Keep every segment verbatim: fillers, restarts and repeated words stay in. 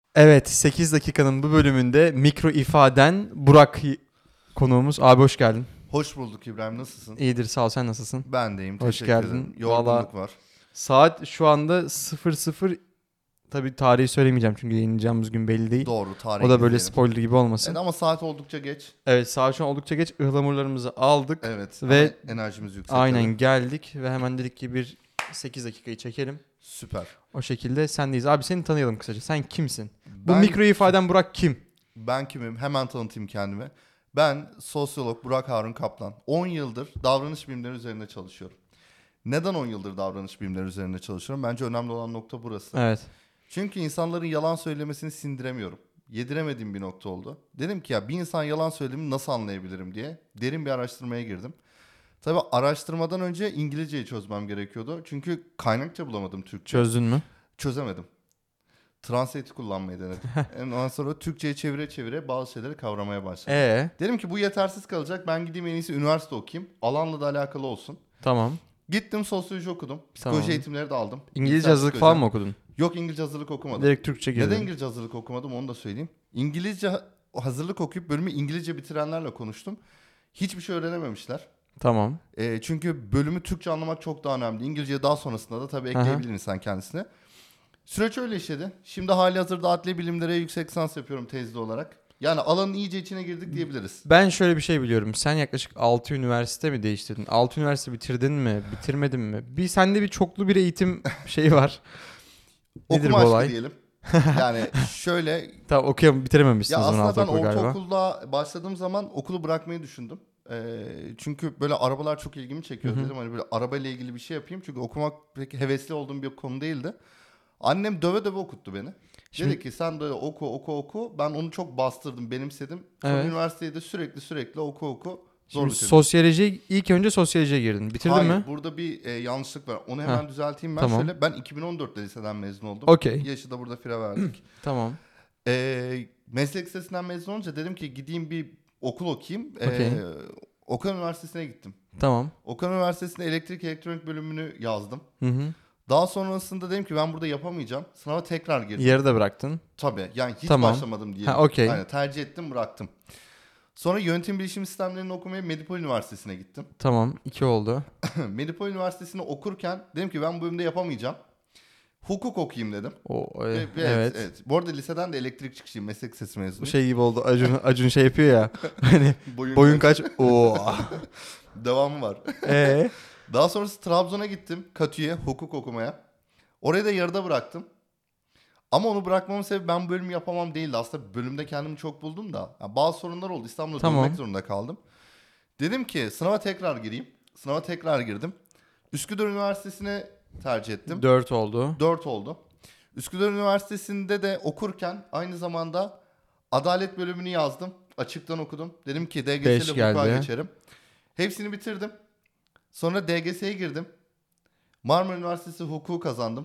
Evet, sekiz dakikanın bu bölümünde mikro ifaden Burak konuğumuz. Abi hoş geldin. Hoş bulduk İbrahim, nasılsın? İyidir, sağ ol, sen nasılsın? Ben deyim, Hoş teşekkür geldin. ederim. Valla Yorgunluk var. saat şu anda sıfır sıfır, tabii tarihi söylemeyeceğim çünkü yayınlayacağımız gün belli değil. Doğru, O tarihi da böyle gizleyelim. spoiler gibi Evet olmasın. ama saat oldukça geç. Evet, saat şu an oldukça geç, ıhlamurlarımızı aldık Evet ama ve enerjimiz yüksek aynen tabii. geldik ve hemen dedik ki bir sekiz dakikayı çekelim. Süper. O şekilde sendeyiz. Abi seni tanıyalım kısaca. Sen kimsin? Bu Ben mikro ifaden Burak kim? ben kimim? Hemen tanıtayım kendimi. Ben sosyolog Burak Harun Kaplan. on yıldır davranış bilimleri üzerinde çalışıyorum. Neden on yıldır davranış bilimleri üzerinde çalışıyorum? Bence önemli olan nokta burası. Evet. Çünkü insanların yalan söylemesini sindiremiyorum. Yediremediğim bir nokta oldu. Dedim ki ya bir insan yalan söylediğimi nasıl anlayabilirim diye derin bir araştırmaya girdim. Tabii araştırmadan önce İngilizceyi çözmem gerekiyordu. Çünkü kaynakça bulamadım Türkçe. Çözdün mü? Çözemedim. Translate'i kullanmayı denedim. Ondan sonra Türkçe'ye çevire çevire bazı şeyleri kavramaya başladım. Ee, Dedim ki bu yetersiz kalacak. Ben gideyim en iyisi üniversite okuyayım. Alanla da alakalı olsun. tamam. Gittim sosyoloji okudum. Psikoloji Tamam. eğitimleri de aldım. İngilizce Bilgisayar hazırlık psikoloji. falan mı okudun? Yok, İngilizce hazırlık okumadım. Direkt Türkçe girdin. Neden İngilizce hazırlık okumadım onu da söyleyeyim. İngilizce ha- hazırlık okuyup bölümü İngilizce bitirenlerle konuştum. Hiçbir şey öğrenememişler. Tamam. E, çünkü bölümü Türkçe anlamak çok daha önemli. İngilizce daha sonrasında da tabii Aha. ekleyebilir insan kendisine. Süreç öyle işledi. Şimdi hali hazırda adli bilimlere yüksek lisans yapıyorum tezli olarak. Yani alanın iyice içine girdik diyebiliriz. Ben şöyle bir şey biliyorum. Sen yaklaşık altı üniversite mi değiştirdin? altı üniversite bitirdin mi? Bitirmedin mi? Bir sende bir çoklu bir eğitim şeyi var. Nedir Okuma bu aşkı olay? diyelim. Yani şöyle, Tamam, okuyam bitirememişsin ya o zaman aslında ben ortaokulu galiba. ortaokulda başladığım zaman okulu bırakmayı düşündüm. Ee, çünkü böyle arabalar çok ilgimi çekiyor. Hı hı. Dedim hani böyle arabayla ilgili bir şey yapayım. Çünkü okumak pek hevesli olduğum bir konu değildi. Annem döve döve okuttu beni. Şimdi Dedi ki sen böyle oku oku oku. Ben onu çok bastırdım, benimsedim. Sonra evet. üniversiteyi de sürekli sürekli oku oku zor Şimdi bitirdim. sosyoloji, ilk önce sosyolojiye girdin. Bitirdin Hayır, mi? burada bir e, yanlışlık var. Onu Heh, hemen düzelteyim ben. tamam. Şöyle, ben iki bin on dörtte liseden mezun oldum. Okey. Yaşı da burada fire verdik. Tamam. e, meslek lisesinden mezun olunca dedim ki gideyim bir okul okuyayım. E, Okey. Okan Üniversitesi'ne gittim. Tamam. Okan Üniversitesi'nde elektrik elektronik bölümünü yazdım. Hı hı. Daha sonrasında dedim ki ben burada yapamayacağım. Sınava tekrar girdim. Yarıda bıraktın. Tabii yani hiç Tamam. başlamadım diyelim. Ha, okey. Aynen, tercih ettim, bıraktım. Sonra yönetim bilişim sistemlerini okumaya Medipol Üniversitesi'ne gittim. Tamam. iki oldu. Medipol Üniversitesi'ni okurken dedim ki ben bu bölümde yapamayacağım. Hukuk okuyayım dedim. O, Ve, e, ve evet, evet. evet. Bu arada liseden de elektrik çıkışıyım. Meslek lisesi Bu mezunuyum. şey gibi oldu. Acun, Acun şey yapıyor ya. Hani Boyun, boyun kaç? Oo. Devamı var. Ee? Daha sonrası Trabzon'a gittim. Katü'ye hukuk okumaya. Orayı da yarıda bıraktım. Ama onu bırakmamın sebebi ben bu bölümü yapamam değildi. Aslında bölümde kendimi çok buldum da. Yani bazı sorunlar oldu. İstanbul'da Tamam. dönmek zorunda kaldım. Dedim ki sınava tekrar gireyim. Sınava tekrar girdim. Üsküdar Üniversitesi'ne tercih ettim. dört oldu. dört oldu. Üsküdar Üniversitesi'nde de okurken aynı zamanda adalet bölümünü yazdım. Açıktan okudum. Dedim ki D G S beş ile hukuka geldi. geçerim. Hepsini bitirdim. Sonra D G S'ye girdim. Marmara Üniversitesi hukuku kazandım.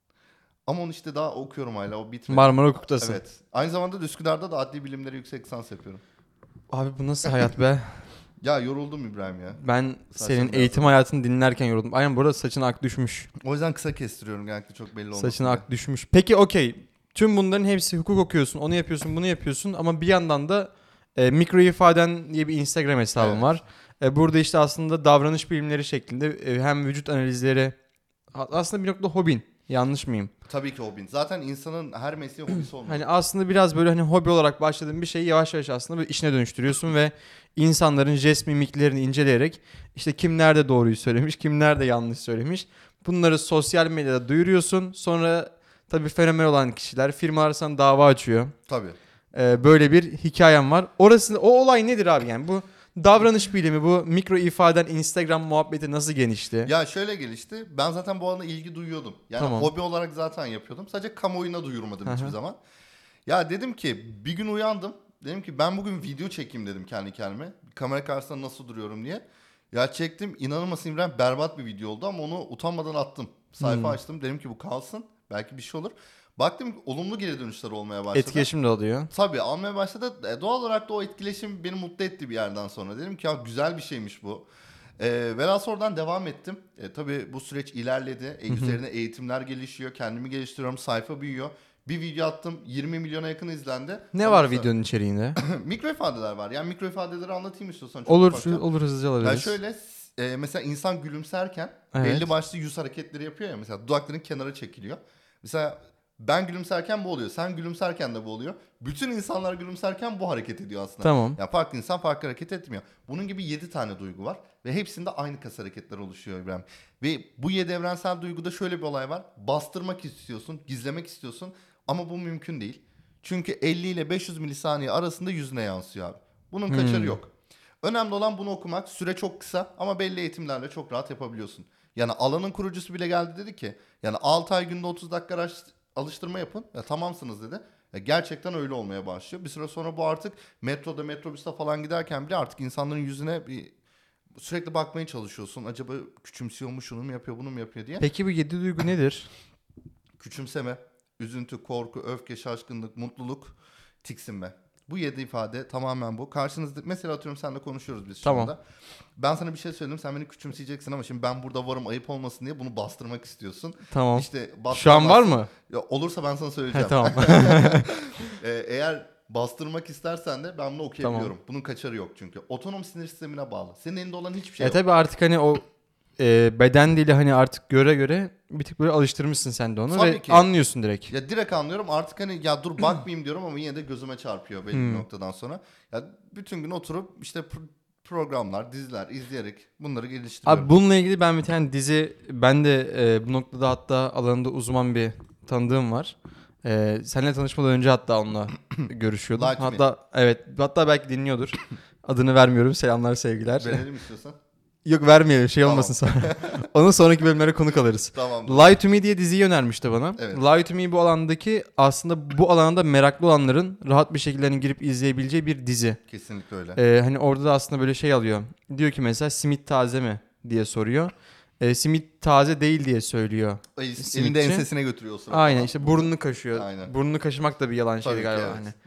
Ama onu işte daha okuyorum hala, o bitmedi. Marmara Hukuk'tasın. Evet. Aynı zamanda da Üsküdar'da da adli bilimleri yüksek lisans yapıyorum. Abi bu nasıl hayat be? Ya yoruldum İbrahim ya. Ben Saçım senin biraz eğitim da- hayatını dinlerken yoruldum. Aynen, burada saçın ak düşmüş. O yüzden kısa kestiriyorum genellikle, çok belli olmasın Saçın diye. ak düşmüş. Peki okey. Tüm bunların hepsi hukuk okuyorsun. Onu yapıyorsun, bunu yapıyorsun. Ama bir yandan da e, mikro ifaden diye bir Instagram hesabın Evet. var. E, burada işte aslında davranış bilimleri şeklinde e, hem vücut analizleri, a- aslında bir noktada hobin. Yanlış mıyım? Tabii ki hobin. Zaten insanın her mesleği hobisi olmalı. Hani aslında biraz böyle hani hobi olarak başladığın bir şeyi yavaş yavaş aslında böyle işine dönüştürüyorsun ve insanların jest mimiklerini inceleyerek işte kim nerede doğruyu söylemiş, kim nerede yanlış söylemiş. Bunları sosyal medyada duyuruyorsun. Sonra tabii fenomen olan kişiler, firmalar sana dava açıyor. Tabii. Ee, böyle bir hikayem var. Orası, o olay nedir abi yani? Bu davranış bilimi, bu mikro ifaden Instagram muhabbeti nasıl genişti? Ya şöyle gelişti. Ben zaten bu alana ilgi duyuyordum. Yani Tamam. hobi olarak zaten yapıyordum. Sadece kamuoyuna duyurmadım Hı hı. hiçbir zaman. Ya dedim ki bir gün uyandım. Dedim ki ben bugün video çekeyim dedim kendi kendime. Kamera karşısında nasıl duruyorum diye. Ya çektim, inanılmasın İbrahim, berbat bir video oldu ama onu utanmadan attım. Sayfa Hmm. açtım, dedim ki bu kalsın. Belki bir şey olur. Baktım ki olumlu geri dönüşler olmaya başladı. Etkileşim de oluyor. Tabii almaya başladı. E, doğal olarak da o etkileşim beni mutlu etti bir yerden sonra. Dedim ki ya güzel bir şeymiş bu. E, velhasıl oradan devam ettim. E, tabii bu süreç ilerledi. E, üzerine eğitimler gelişiyor. Kendimi geliştiriyorum. Sayfa büyüyor. Bir video attım yirmi milyona yakın izlendi. Ne Ondan var sonra- videonun içeriğinde? Mikro ifadeler var. Yani mikro ifadeleri anlatayım istiyorsan. Çok olur ufakça. olur hızlıca Yani alabiliriz. şöyle e, mesela insan gülümserken Evet. belli başlı yüz hareketleri yapıyor ya. Mesela dudakların kenara çekiliyor. Mesela ben gülümserken bu oluyor. Sen gülümserken de bu oluyor. Bütün insanlar gülümserken bu hareket ediyor aslında. Tamam. Yani farklı insan farklı hareket etmiyor. Bunun gibi yedi tane duygu var. Ve hepsinde aynı kas hareketler oluşuyor İbrahim. Ve bu yedi evrensel duyguda şöyle bir olay var. Bastırmak istiyorsun, gizlemek istiyorsun. Ama bu mümkün değil. Çünkü elli ile beş yüz milisaniye arasında yüzüne yansıyor abi. Bunun kaçarı Hmm. yok. Önemli olan bunu okumak. Süre çok kısa ama belli eğitimlerle çok rahat yapabiliyorsun. Yani alanın kurucusu bile geldi dedi ki yani altı ay günde otuz dakika araş- alıştırma yapın. Ya tamamsınız dedi. Ya gerçekten öyle olmaya başlıyor. Bir süre sonra bu artık metroda metrobüste falan giderken bile artık insanların yüzüne bir sürekli bakmaya çalışıyorsun. Acaba küçümsüyor mu, şunu mu yapıyor, bunu mu yapıyor diye. Peki bu yedi duygu nedir? Küçümseme, üzüntü, korku, öfke, şaşkınlık, mutluluk, tiksinme. Bu yedi ifade tamamen bu. Karşınızda mesela atıyorum seninle konuşuyoruz biz şu Tamam. anda. Ben sana bir şey söyledim, sen beni küçümseyeceksin ama şimdi ben burada varım, ayıp olmasın diye bunu bastırmak istiyorsun. Tamam. İşte Şu an var bastıramazsın. mı? Ya olursa ben sana He, söyleyeceğim. tamam. Ee, eğer bastırmak istersen de ben bunu okuyabiliyorum. Bunun kaçarı yok çünkü. Otonom sinir sistemine bağlı. Senin elinde olan hiçbir şey E yok. tabi artık hani o e, beden dili hani artık göre göre bir tık böyle alıştırmışsın sen de onu Tabii ve ki. anlıyorsun direkt. Ya direkt anlıyorum artık hani ya dur bakmayayım diyorum ama yine de gözüme çarpıyor belli Hmm. bir noktadan sonra. Ya bütün gün oturup işte pr- programlar, diziler izleyerek bunları geliştiriyorum. Abi bununla ilgili ben bir tane dizi ben de e, bu noktada hatta alanında uzman bir tanıdığım var. E, seninle tanışmadan önce hatta onunla görüşüyordum. Lie to me. Hatta evet hatta belki dinliyordur. Adını vermiyorum. Selamlar sevgiler. Verelim istiyorsan. Yok vermeyelim şey Tamam. olmasın sonra. Onun sonraki bölümlere konuk alırız. Tamam. Lie to Me diye diziyi önermişti bana. Evet. Lie to Me bu alandaki aslında bu alanda meraklı olanların rahat bir şekilde hani girip izleyebileceği bir dizi. Kesinlikle öyle. Ee, hani orada da aslında böyle şey alıyor. Diyor ki mesela simit taze mi diye soruyor. Ee, simit taze değil diye söylüyor. Ay, simitçi. elinde ensesine götürüyor o sırada. Aynen falan. işte burnunu kaşıyor. Aynen. Burnunu kaşımak da bir yalan Tabii şeydi ki, galiba. evet. Hani.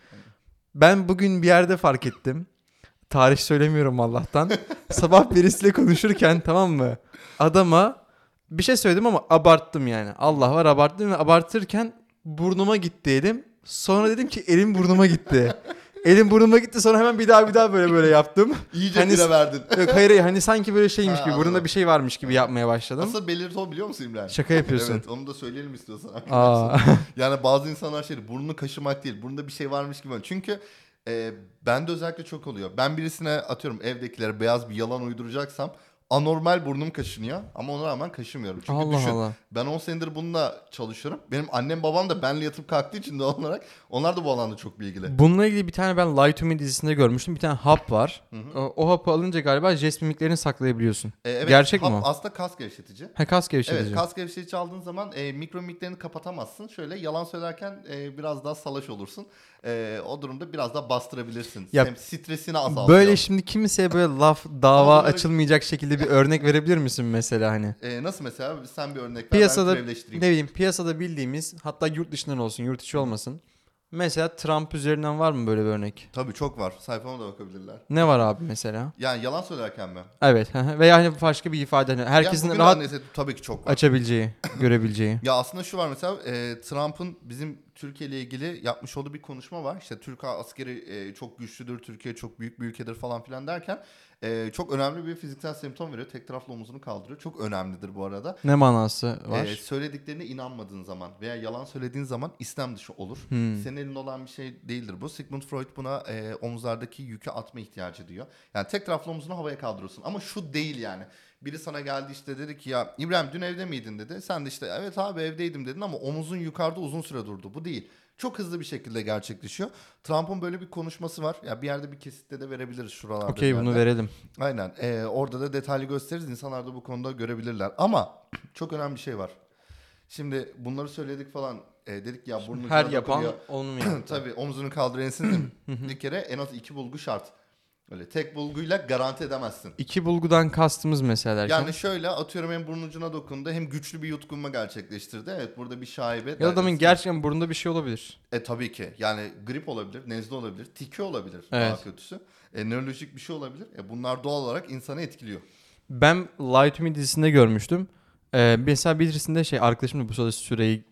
Ben bugün bir yerde fark ettim. Tarih söylemiyorum Allah'tan. Sabah birisiyle konuşurken tamam mı? Adama bir şey söyledim ama abarttım yani. Allah var abarttım ve abartırken burnuma gitti elim. Sonra dedim ki elim burnuma gitti. Elim burnuma gitti sonra hemen bir daha bir daha böyle böyle yaptım. İyice Hani- bire verdin. Yok hayır hayır, hani sanki böyle şeymiş Ha, gibi anladım. burnunda bir şey varmış gibi yapmaya başladım. Asıl belirti o biliyor musun İbrahim? Şaka yapıyorsun. Evet onu da söyleyelim istiyorsan. Aa. Yani bazı insanlar şey burnunu kaşımak değil. Burnunda bir şey varmış gibi. Çünkü e, bende özellikle çok oluyor. Ben birisine atıyorum evdekilere beyaz bir yalan uyduracaksam anormal burnum kaşınıyor. Ama ona rağmen kaşımıyorum. Çünkü Allah düşün Allah. ben on senedir bununla çalışıyorum. Benim annem babam da benle yatıp kalktığı için doğal olarak onlar da bu alanda çok bilgili. Bununla ilgili bir tane ben Lie to Me dizisinde görmüştüm. Bir tane hap var. O, o hapı alınca galiba jest mimiklerini saklayabiliyorsun. E, evet, Gerçek mi hap o? aslında kas gevşetici. Ha kas gevşetici. Evet kas gevşetici aldığın zaman e, mikro mimiklerini kapatamazsın. Şöyle yalan söylerken e, biraz daha salaş olursun. E, o durumda biraz daha bastırabilirsin. Ya, Hem stresini azaltıyor. Böyle şimdi kimseye böyle laf dava Ama bunları- açılmayacak şekilde bir örnek verebilir misin mesela hani? E, nasıl mesela sen bir örnek ver Piyasada ben ne türevleştireyim. bileyim piyasada bildiğimiz hatta yurt dışından olsun yurt içi olmasın. Mesela Trump üzerinden var mı böyle bir örnek? Tabii çok var. Sayfama da bakabilirler. Ne var abi mesela? Yani yalan söylerken mi? Evet veya hani başka bir ifade hani herkesin yani rahat annesi, tabii ki çok var. açabileceği, görebileceği. Ya aslında şu var mesela e, Trump'ın bizim Türkiye ile ilgili yapmış olduğu bir konuşma var. İşte Türk askeri e, çok güçlüdür, Türkiye çok büyük bir ülkedir falan filan derken e, çok önemli bir fiziksel semptom veriyor. Tek taraflı omuzunu kaldırıyor. Çok önemlidir bu arada. Ne manası var? E, söylediklerine inanmadığın zaman veya yalan söylediğin zaman istem dışı olur. Hmm. Senin elinde olan bir şey değildir bu. Sigmund Freud buna e, omuzlardaki yükü atma ihtiyacı diyor. Yani tek taraflı omuzunu havaya kaldırıyorsun. Ama şu değil yani. Biri sana geldi işte dedi ki ya İbrahim dün evde miydin dedi. Sen de işte evet abi evdeydim dedin ama omuzun yukarıda uzun süre durdu. Bu değil. Çok hızlı bir şekilde gerçekleşiyor. Trump'ın böyle bir konuşması var. Ya bir yerde bir kesitte de verebiliriz şuralarda. Okey bir bunu yerde. verelim. Aynen. Ee, orada da detaylı gösteririz. İnsanlar da bu konuda görebilirler. Ama çok önemli bir şey var. Şimdi bunları söyledik falan. E, dedik ya burnunu Her ucuna yapan dokunuyor. onu mu yaptı? Tabii omzunu kaldır ensin. Bir kere en az iki bulgu şart. Öyle tek bulguyla garanti edemezsin. İki bulgudan kastımız mesela derken. Yani şöyle atıyorum hem burnun ucuna dokundu hem güçlü bir yutkunma gerçekleştirdi. Evet burada bir şaibe. Ya da adamın dersin. gerçekten burnunda bir şey olabilir. E tabii ki. Yani grip olabilir, nezle olabilir, tiki olabilir Evet. daha kötüsü. E, nörolojik bir şey olabilir. E, bunlar doğal olarak insanı etkiliyor. Ben Lie to Me dizisinde görmüştüm. Ee, mesela birisinde şey arkadaşım da bu sırada süreyi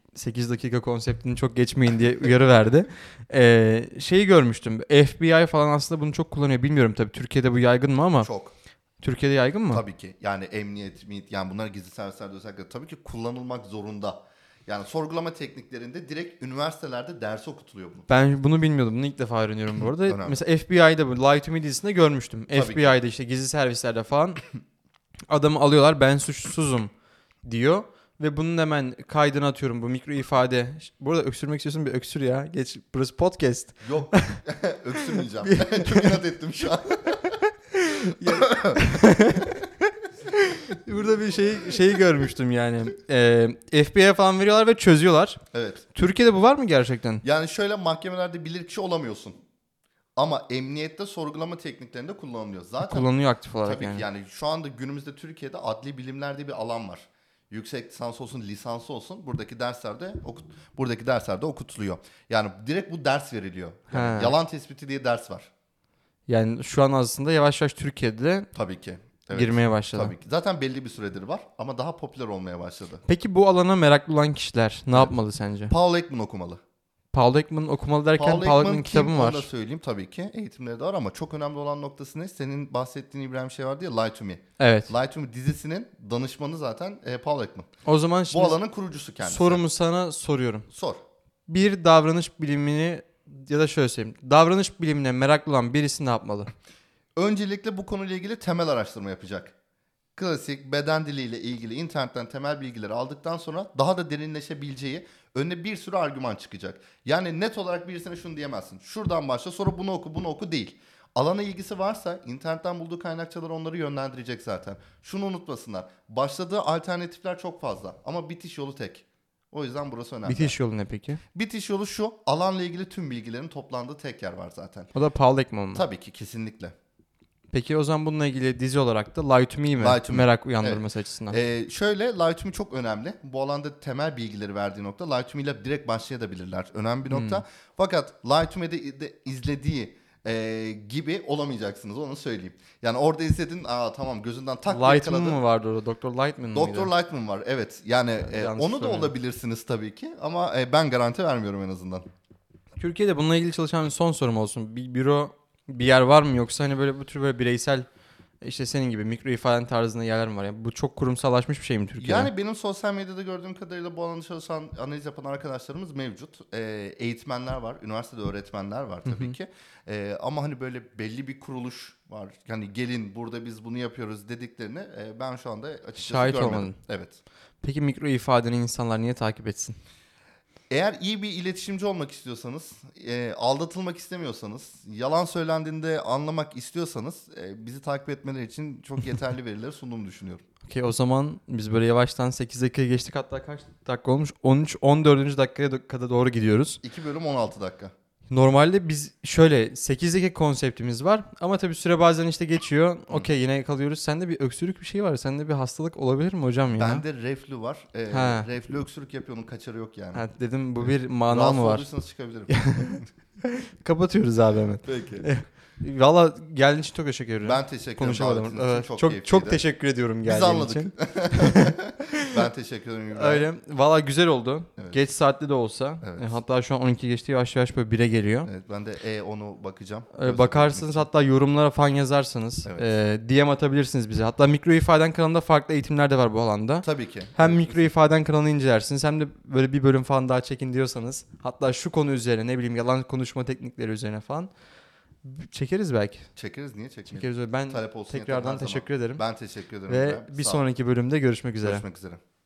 sekiz dakika konseptini çok geçmeyin diye uyarı verdi. Ee, şeyi görmüştüm. F B I falan aslında bunu çok kullanıyor. Bilmiyorum tabii Türkiye'de bu yaygın mı ama. Çok. Türkiye'de yaygın mı? Tabii ki. Yani emniyet, miyet, yani bunlar gizli servislerde özellikle tabii ki kullanılmak zorunda. Yani sorgulama tekniklerinde direkt üniversitelerde ders okutuluyor bu. Ben bunu bilmiyordum. Bunu ilk defa öğreniyorum bu arada. Önemli. Mesela F B I'de bu Lie to Me dizisinde görmüştüm. Tabii F B I'de işte gizli servislerde falan adamı alıyorlar, ben suçsuzum diyor. Ve bunun hemen kaydını atıyorum, bu mikro ifade. Bu arada öksürmek istiyorsun, bir öksür ya. Geç, burası podcast. Yok öksürmeyeceğim. Çok inat ettim şu an. Burada bir şey şeyi görmüştüm yani. Ee, F B I'ye falan veriyorlar ve çözüyorlar. Evet. Türkiye'de bu var mı gerçekten? Yani şöyle, mahkemelerde bilirkişi olamıyorsun. Ama emniyette sorgulama tekniklerinde kullanılıyor. Zaten Kullanılıyor aktif olarak tabii yani. ki yani şu anda günümüzde Türkiye'de adli bilimler diye bir alan var. Yüksek lisans olsun, lisansı olsun, buradaki derslerde okut buradaki derslerde okutuluyor. Yani direkt bu ders veriliyor. Yani He. yalan tespiti diye ders var. Yani şu an aslında yavaş yavaş Türkiye'de de Tabii ki. Evet. girmeye başladı. Tabii ki. Zaten belli bir süredir var ama daha popüler olmaya başladı. Peki bu alana meraklı olan kişiler ne yapmalı sence? Paul Ekman okumalı. Paul Ekman okumalı derken Paul Paul Ekman Ekman'ın kitabı kim mı onu da var? söyleyeyim, tabii ki. Eğitimleri de var ama çok önemli olan noktası ne? Senin bahsettiğin İbrahim şey vardı ya, Lie to Me. Evet. Lie to Me dizisinin danışmanı zaten e, Paul Ekman. O zaman Bu şimdi alanın kurucusu kendisi. sorumu sana soruyorum. Sor. Bir davranış bilimini ya da şöyle söyleyeyim. Davranış bilimine meraklı olan birisi ne yapmalı? Öncelikle bu konuyla ilgili temel araştırma yapacak. Klasik beden diliyle ilgili internetten temel bilgileri aldıktan sonra daha da derinleşebileceği önüne bir sürü argüman çıkacak. Yani net olarak birisine şunu diyemezsin. Şuradan başla, sonra bunu oku, bunu oku değil. Alana ilgisi varsa internetten bulduğu kaynakçalar onları yönlendirecek zaten. Şunu unutmasınlar. Başladığı alternatifler çok fazla ama bitiş yolu tek. O yüzden burası önemli. Bitiş yolu ne peki? Bitiş yolu şu: alanla ilgili tüm bilgilerin toplandığı tek yer var zaten. O da Paul Ekman mı? Tabii ki, kesinlikle. Peki o zaman bununla ilgili dizi olarak da Lie to Me mi? Lie to Me. Merak uyandırması açısından. Ee, şöyle, Lie to Me çok önemli. Bu alanda temel bilgileri verdiği nokta. Lie to Me ile direkt başlayabilirler. Önemli bir nokta. Hmm. Fakat Lie to Me'de de izlediği e, gibi olamayacaksınız, onu söyleyeyim. Yani orada izledin, aa tamam, gözünden tak diye Lightman yakaladın. mı vardı orada? doktor Lightman mıydı? doktor Lightman var, evet. Yani e, yanlış onu da söylemedim. olabilirsiniz tabii ki ama e, ben garanti vermiyorum en azından. Türkiye'de bununla ilgili çalışan bir son sorum olsun. Bir büro, bir yer var mı, yoksa hani böyle bu tür böyle bireysel, işte senin gibi mikro ifade tarzında yerler mi var? Yani bu çok kurumsallaşmış bir şey mi Türkiye'de? Yani benim sosyal medyada gördüğüm kadarıyla bu alanda çalışan, analiz yapan arkadaşlarımız mevcut. Ee, eğitmenler var, üniversitede öğretmenler var tabii Hı hı. ki. Ee, ama hani böyle belli bir kuruluş var. Yani gelin burada biz bunu yapıyoruz dediklerini e, ben şu anda açıkçası Şahit görmedim. olmadın. Evet. Peki mikro ifadeni insanlar niye takip etsin? Eğer iyi bir iletişimci olmak istiyorsanız, e, aldatılmak istemiyorsanız, yalan söylendiğinde anlamak istiyorsanız e, bizi takip etmeleri için çok yeterli verileri sunduğumu düşünüyorum. Okey, o zaman biz böyle yavaştan sekiz dakika geçtik, hatta kaç dakika olmuş? on üç on dördüncü dakikaya do- kadar doğru gidiyoruz. iki bölüm on altı dakika. Normalde biz şöyle sekiz dakika konseptimiz var ama tabii süre bazen işte geçiyor. Okey, yine kalıyoruz. Sende bir öksürük bir şey var. Sende bir hastalık olabilir mi hocam ya? Bende reflü var. Ee, Ha. reflü öksürük yapıyor, onun kaçarı yok yani. Ha, dedim bu bir mana Rahatsız mı var? olduysanız çıkabilirim. Kapatıyoruz abi hemen. Peki. Valla geldiğin için çok teşekkür ederim. Ben teşekkür ederim. Konuşamadım. davetiniz için. Evet, Çok, çok keyifliydi. çok teşekkür ediyorum geldiğin anladık. için. Ben teşekkür ederim İbrahim. Öyle. Valla güzel oldu. Evet. Geç saatli de olsa. Evet. E, hatta şu an on iki geçti, yavaş yavaş böyle bire geliyor. Evet, ben de E onu bakacağım. Öyle Gözle bakarsınız, bakmak hatta yorumlara falan yazarsanız. Evet. E, D M atabilirsiniz bize. Hatta mikro ifaden kanalında farklı eğitimler de var bu alanda. için. Tabii ki. Hem Evet. mikro ifaden kanalını incelersiniz, hem de böyle bir bölüm falan daha çekin diyorsanız. Hatta şu konu üzerine, ne bileyim, yalan konuşma teknikleri üzerine falan çekeriz belki. Çekeriz, niye çekmeyelim? Çekeriz. Ben Talep olsun yeter, tekrardan her zaman. teşekkür ederim. Ben teşekkür ederim. Ve İbrahim. bir Sağ ol. sonraki bölümde görüşmek üzere. Görüşmek üzere.